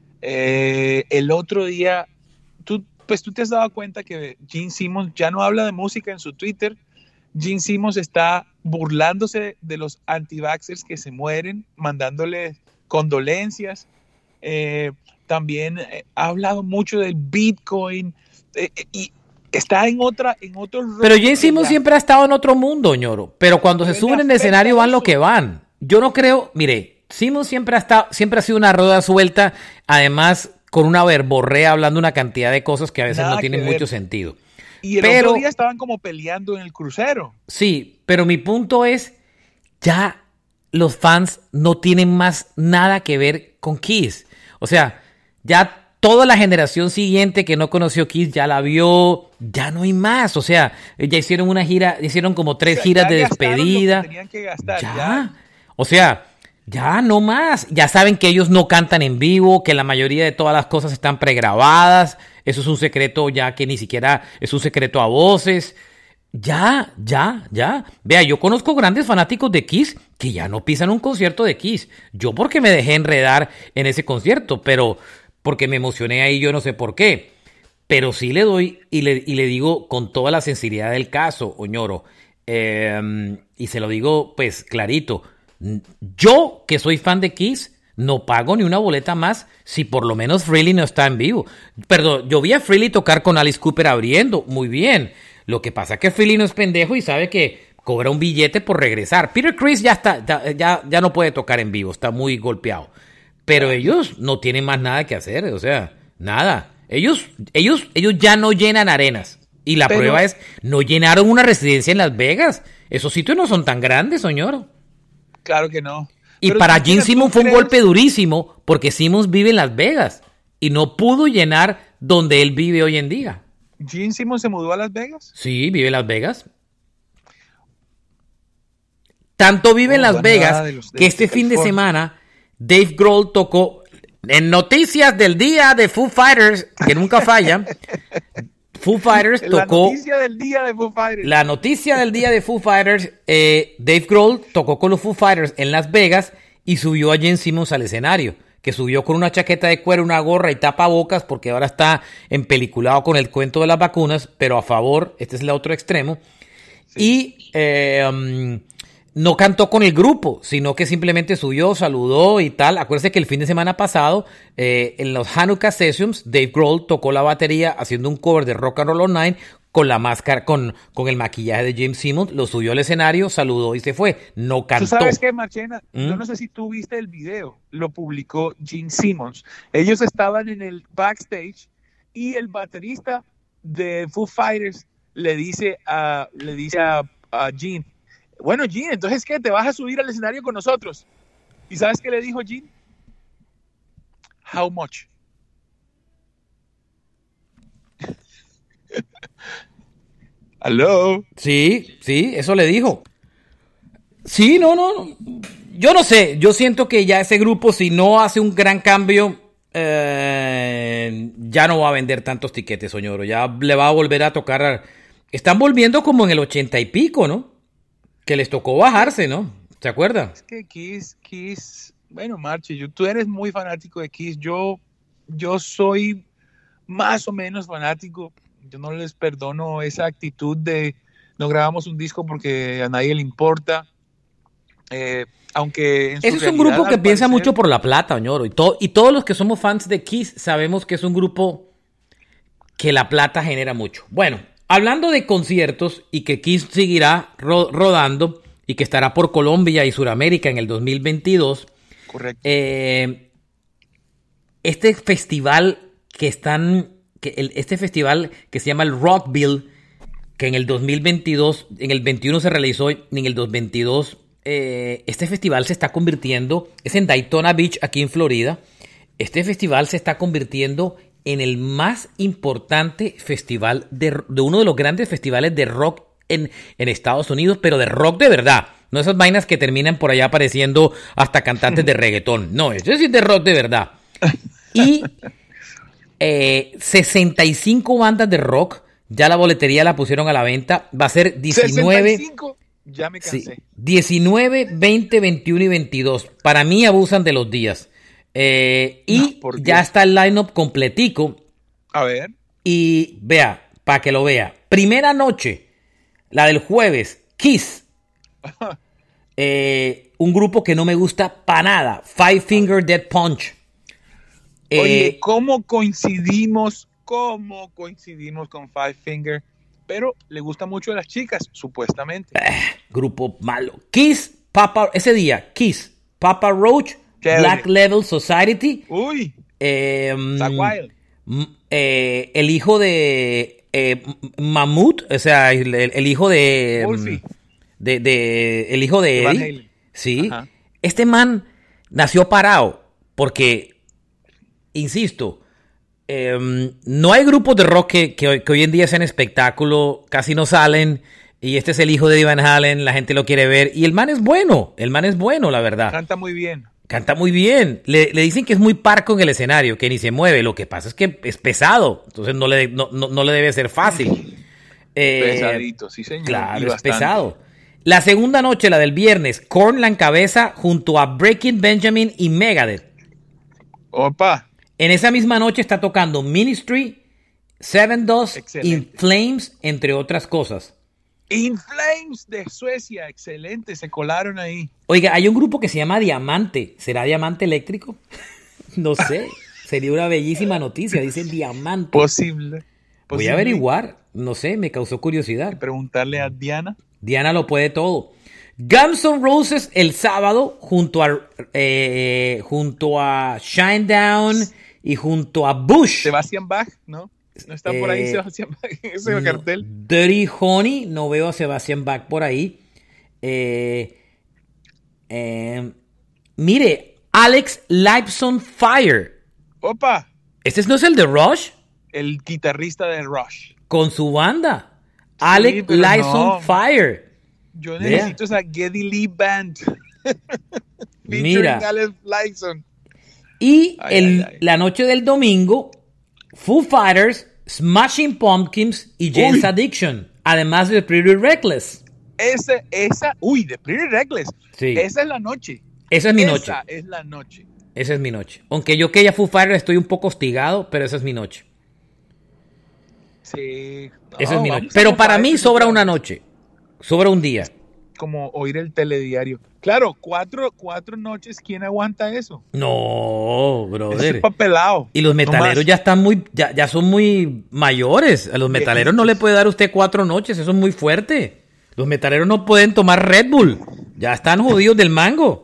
El otro día, tú te has dado cuenta que Gene Simmons ya no habla de música en su Twitter. Gene Simmons está burlándose de los anti-vaxxers que se mueren, mandándole condolencias. También ha hablado mucho del Bitcoin y está en otro... Pero Gene Simmons siempre ha estado en otro mundo, ñoro. Pero cuando se suben en el escenario van lo que van. Yo no creo... Mire, Simmons siempre ha sido una rueda suelta, además con una verborrea hablando una cantidad de cosas que a veces no tienen mucho sentido. Y el otro día estaban como peleando en el crucero. Sí, pero mi punto es, ya los fans no tienen más nada que ver con Kiss. O sea, ya toda la generación siguiente que no conoció Kiss ya la vio, ya no hay más. O sea, ya hicieron una gira, hicieron como 3 giras de despedida. Lo que tenían que gastar, ya. O sea, ya no más. Ya saben que ellos no cantan en vivo, que la mayoría de todas las cosas están pregrabadas. Eso es un secreto ya que ni siquiera es un secreto a voces. Ya. Vea, yo conozco grandes fanáticos de Kiss que ya no pisan un concierto de Kiss. Yo porque me dejé enredar en ese concierto, pero porque me emocioné ahí, yo no sé por qué. Pero sí le doy y le digo con toda la sinceridad del caso, Oñoro, y se lo digo pues clarito. Yo, que soy fan de Kiss, no pago ni una boleta más si por lo menos Frehley no está en vivo. Perdón, yo vi a Frehley tocar con Alice Cooper abriendo, muy bien. Lo que pasa es que Frehley no es pendejo y sabe que cobra un billete por regresar. Peter Criss ya no puede tocar en vivo, está muy golpeado. Pero ellos no tienen más nada que hacer, o sea, nada. Ellos ya no llenan arenas. Y la prueba es, no llenaron una residencia en Las Vegas. Esos sitios no son tan grandes, señor. Claro que no. Y para Gene Simmons fue un golpe durísimo porque Simmons vive en Las Vegas y no pudo llenar donde él vive hoy en día. ¿Gene Simmons se mudó a Las Vegas? Sí, vive en Las Vegas. Tanto vive en Las Vegas que este fin de semana Dave Grohl tocó en noticias del día de Foo Fighters, que nunca fallan. Foo Fighters tocó... La noticia del día de Foo Fighters. La noticia del día de Foo Fighters. Dave Grohl tocó con los Foo Fighters en Las Vegas y subió a Gene Simmons al escenario. Que subió con una chaqueta de cuero, una gorra y tapabocas porque ahora está empeliculado con el cuento de las vacunas, pero a favor, este es el otro extremo. Y no cantó con el grupo, sino que simplemente subió, saludó y tal. Acuérdense que el fin de semana pasado, en los Hanukkah Sessions, Dave Grohl tocó la batería haciendo un cover de Rock and Roll Online con la máscara, con el maquillaje de James Simmons. Lo subió al escenario, saludó y se fue. No cantó. ¿Tú sabes qué, Marchena? Yo no sé si tú viste el video. Lo publicó Gene Simmons. Ellos estaban en el backstage y el baterista de Foo Fighters le dice a Gene, bueno, Gene, entonces, ¿qué? ¿Te vas a subir al escenario con nosotros? ¿Y sabes qué le dijo Gene? How much? ¿Aló? Sí, eso le dijo. Sí, no. Yo no sé, yo siento que ya ese grupo, si no hace un gran cambio, ya no va a vender tantos tiquetes, Soñoro. Ya le va a volver a tocar. Están volviendo como en el 80 y pico, ¿no? Que les tocó bajarse, ¿no? ¿Se acuerdan? Es que Kiss, bueno, Marchi, tú eres muy fanático de Kiss. Yo soy más o menos fanático. Yo no les perdono esa actitud de no grabamos un disco porque a nadie le importa. Aunque en su ese es un realidad, grupo que piensa parecer, mucho por la plata, Oñoro. Y todos los que somos fans de Kiss sabemos que es un grupo que la plata genera mucho. Bueno, hablando de conciertos y que Kiss seguirá rodando y que estará por Colombia y Sudamérica en el 2022. Correcto. Este festival este festival que se llama el Rockville, que en el 2022, en el 21 se realizó, en el 2022, este festival se está convirtiendo, es en Daytona Beach, aquí en Florida. Este festival se está convirtiendo en el más importante festival de uno de los grandes festivales de rock en Estados Unidos, pero de rock de verdad. No esas vainas que terminan por allá apareciendo hasta cantantes de reggaetón. No, esto es de rock de verdad. Y 65 bandas de rock, ya la boletería la pusieron a la venta. Va a ser 19... 65, ya me cansé. Sí, 19, 20, 21 y 22. Para mí abusan de los días. Y ya está el line-up completico. A ver. Y vea, para que lo vea. Primera noche, la del jueves, Kiss. Un grupo que no me gusta para nada. Five Finger Death Punch. Oye, ¿cómo coincidimos con Five Finger? Pero le gusta mucho a las chicas, supuestamente. Grupo malo. Kiss, ese día, Kiss, Papa Roach, Chévere. Black Label Society. Uy. Zakk Wylde. El hijo de Mammoth, o sea, el hijo de Wolfie. el hijo de Van Eddie. Halen. Sí. Ajá. Este man nació parado porque, insisto, no hay grupos de rock que hoy en día sean espectáculo, casi no salen, y este es el hijo de Eddie Van Halen, la gente lo quiere ver, y el man es bueno, la verdad. Canta muy bien. Canta muy bien. Le dicen que es muy parco en el escenario, que ni se mueve. Lo que pasa es que es pesado, entonces no le debe ser fácil. Pesadito, sí señor. Claro, es pesado. La segunda noche, la del viernes, Korn la encabeza junto a Breaking Benjamin y Megadeth. Opa. En esa misma noche está tocando Ministry, Seven Dust, In Flames, entre otras cosas. In Flames de Suecia, excelente, se colaron ahí. Oiga, hay un grupo que se llama Diamante. ¿Será Diamante Eléctrico? No sé. Sería una bellísima noticia. Dicen Diamante. Posible. Voy a averiguar. No sé, me causó curiosidad. Preguntarle a Diana. Diana lo puede todo. Guns N' Roses el sábado junto a Shinedown y junto a Bush. Sebastian Bach, ¿no? ¿No está por ahí Sebastian Bach en ese cartel? Dirty Honey, no veo a Sebastian Bach por ahí. Mire, Alex Lifeson Fire. Opa. ¿Este no es el de Rush? El guitarrista de Rush. Con su banda. Sí, Alex Lifeson Fire. Yo necesito esa Geddy Lee Band. Mira. Alex Lifeson. Y la noche del domingo, Foo Fighters, Smashing Pumpkins y Jane's Addiction. Además de Pretty Reckless. De Pretty Reckless. Sí. Esa es la noche. Esa es mi noche. Esa es la noche. Esa es mi noche. Aunque yo que ya Foo Fighters estoy un poco hostigado, pero esa es mi noche. Sí. Esa es mi noche. Pero para mí sobra una noche. Sobra un día. Como oír el telediario. Claro, cuatro noches, ¿quién aguanta eso? No, brother. Es papelado. Y los metaleros ya están ya son muy mayores. A los metaleros no le puede dar usted 4 noches, eso es muy fuerte. Los metaleros no pueden tomar Red Bull. Ya están jodidos del mango.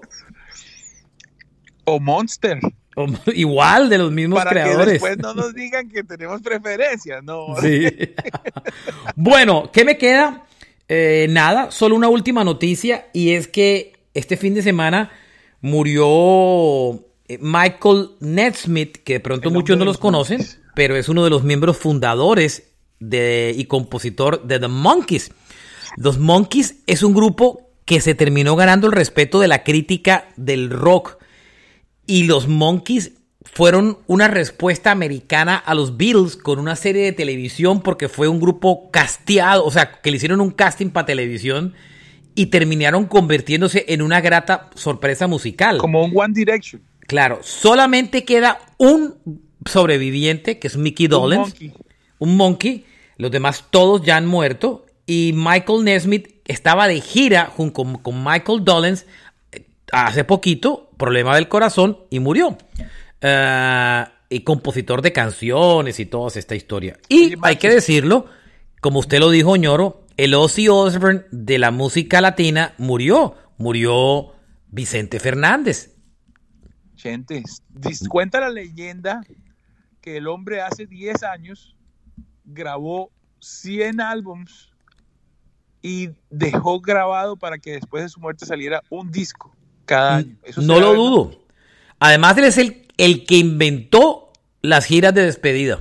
O Monster. Igual, de los mismos para creadores. Para que después no nos digan que tenemos preferencias, ¿no? Sí. Bueno, ¿qué me queda? Nada, solo una última noticia, y es que este fin de semana murió Michael Nesmith, que de pronto muchos no los conocen, pero es uno de los miembros fundadores y compositor de The Monkees. Los Monkees es un grupo que se terminó ganando el respeto de la crítica del rock, y los Monkees fueron una respuesta americana a los Beatles con una serie de televisión, porque fue un grupo casteado, o sea, que le hicieron un casting para televisión y terminaron convirtiéndose en una grata sorpresa musical. Como un One Direction. Claro, solamente queda un sobreviviente, que es Mickey Dolenz. Un monkey. Los demás todos ya han muerto. Y Michael Nesmith estaba de gira junto con Michael Dolenz hace poquito, problema del corazón, y murió. Y compositor de canciones y toda esta historia. Y hay que decirlo, como usted lo dijo, Ñoro, el Ozzy Osbourne de la música latina murió Vicente Fernández. Gente, cuenta la leyenda que el hombre hace 10 años grabó 100 álbums y dejó grabado para que después de su muerte saliera un disco cada año. ¿Eso no lo dudo? Además, él es el que inventó las giras de despedida.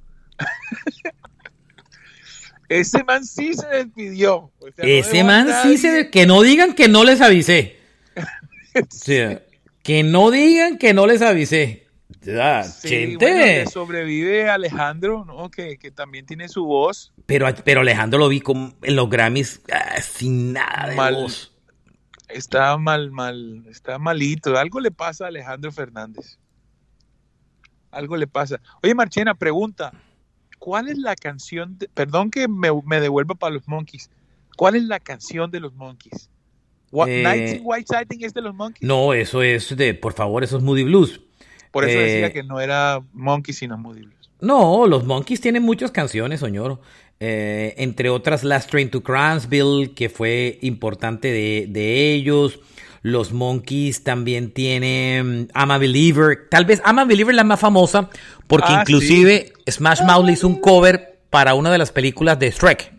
Ese man sí se despidió. O sea, ese man sí que no digan que no les avisé. Sí. O sea, que no digan que no les avisé. Sí, gente. Bueno, sobrevive Alejandro, ¿no? Que también tiene su voz. Pero Alejandro lo vi en los Grammys sin nada de voz. Está está malito. Algo le pasa a Alejandro Fernández. Algo le pasa. Oye, Marchena, pregunta. ¿Cuál es la canción? Perdón que me devuelva para los Monkees. ¿Cuál es la canción de los Monkees? ¿Nights in White Satin es de los Monkees? No, eso es por favor, eso es Moody Blues. Por eso decía que no era Monkees sino Moody Blues. No, los Monkees tienen muchas canciones, Oñoro. Entre otras Last Train to Cransville, que fue importante de ellos. Los Monkees también tienen I'm a Believer. Tal vez I'm a Believer es la más famosa, porque inclusive sí. Smash Mouth le hizo un cover para una de las películas de Shrek.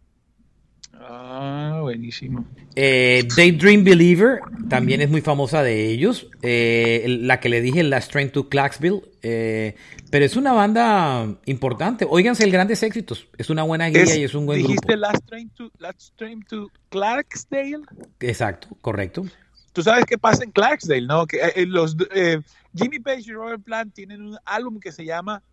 Buenísimo. Daydream Believer también es muy famosa de ellos. La que le dije, Last Train to Clarksville. Pero es una banda importante. Óiganse el Grandes Éxitos. Es una buena guía y es un buen grupo. ¿Dijiste Last Train to Clarksdale? Exacto, correcto. Tú sabes qué pasa en Clarksdale, ¿no? Que Jimmy Page y Robert Plant tienen un álbum que se llama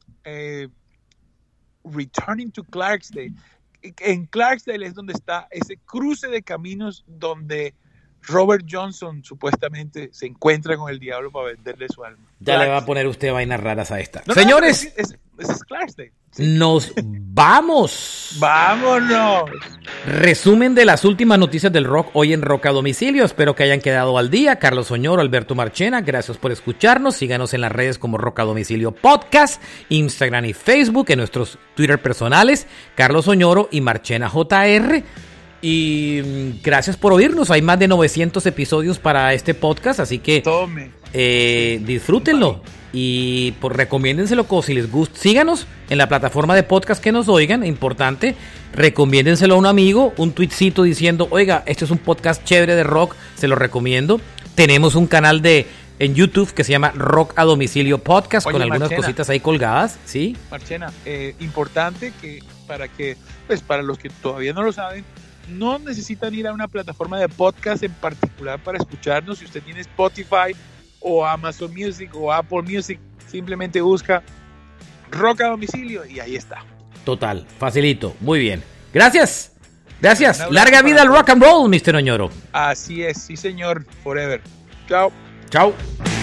Returning to Clarksdale. En Clarksdale es donde está ese cruce de caminos donde Robert Johnson supuestamente se encuentra con el diablo para venderle su alma. Ya le va a poner usted vainas raras a esta. Señores, es Clarksdale. Sí. Nos vamos. ¡Vámonos! Resumen de las últimas noticias del rock hoy en Rock a Domicilio. Espero que hayan quedado al día. Carlos Oñoro, Alberto Marchena, gracias por escucharnos. Síganos en las redes como Rock a Domicilio Podcast, Instagram y Facebook, en nuestros Twitter personales, Carlos Oñoro y Marchena JR. Y gracias por oírnos. Hay más de 900 episodios para este podcast, así que disfrútenlo. Y pues recomiéndenselo si les gusta. Síganos en la plataforma de podcast que nos oigan, importante. Recomiéndenselo a un amigo, un tweetcito diciendo, oiga, este es un podcast chévere de rock, se lo recomiendo. Tenemos un canal en YouTube que se llama Rock a Domicilio Podcast. Oye, con algunas cositas ahí colgadas, ¿sí? Marchena, importante que para los que todavía no lo saben, no necesitan ir a una plataforma de podcast en particular para escucharnos. Si usted tiene Spotify o Amazon Music o Apple Music, simplemente busca Rock a Domicilio y ahí está. Total, facilito, muy bien. Gracias. Larga vida al rock and roll, Mr. Oñoro. Así es, sí señor, forever. Chao. Chao.